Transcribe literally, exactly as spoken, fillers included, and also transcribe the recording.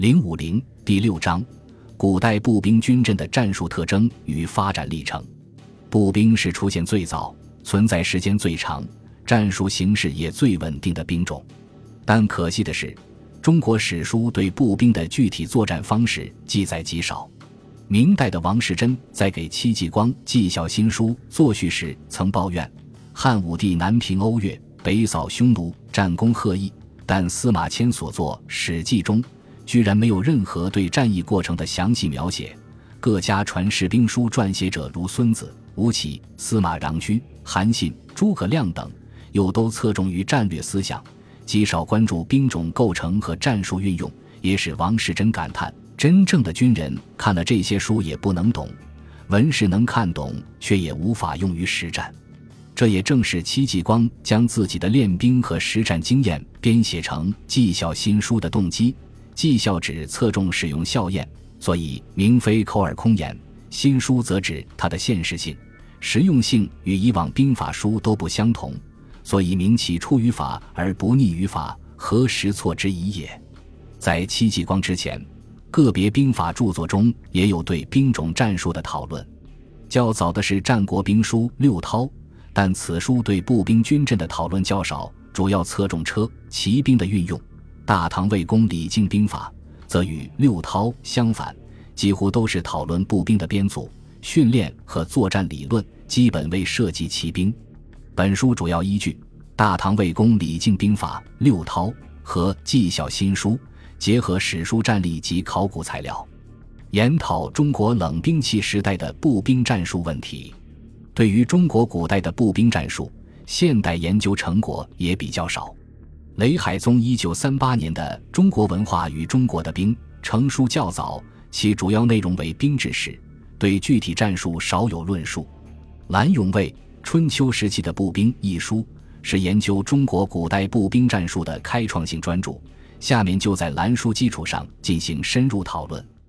零五零第六章，古代步兵军阵的战术特征与发展历程。步兵是出现最早、存在时间最长、战术形式也最稳定的兵种。但可惜的是，中国史书对步兵的具体作战方式记载极少。明代的王士祯在给戚继光《纪效新书》作序时曾抱怨，汉武帝南平欧越，北扫匈奴，战功赫异，但司马迁所作《史记》中居然没有任何对战役过程的详细描写。各家传世兵书撰写者如孙子、吴起、司马穰苴、韩信、诸葛亮等，又都侧重于战略思想，极少关注兵种构成和战术运用，也使王士祯感叹，真正的军人看了这些书也不能懂，文士能看懂，却也无法用于实战。这也正是戚继光将自己的练兵和实战经验编写成《纪效新书》的动机。纪效指侧重使用效验，所以名非口耳空言；新书则指它的现实性、实用性与以往兵法书都不相同，所以名其出于法而不逆于法，何时错之疑也。在戚继光之前，个别兵法著作中也有对兵种战术的讨论。较早的是战国兵书《六韬》，但此书对步兵军阵的讨论较少，主要侧重车、骑兵的运用。大唐魏公李靖兵法则与六韬相反，几乎都是讨论步兵的编组、训练和作战理论，基本未涉及骑兵。本书主要依据大唐魏公李靖兵法、六韬和纪效新书，结合史书战例及考古材料，研讨中国冷兵器时代的步兵战术问题。对于中国古代的步兵战术，现代研究成果也比较少。雷海宗一九三八年的《中国文化与中国的兵》成书较早，其主要内容为兵制史，对具体战术少有论述。蓝永卫《春秋时期的步兵》一书是研究中国古代步兵战术的开创性专著，下面就在蓝书基础上进行深入讨论。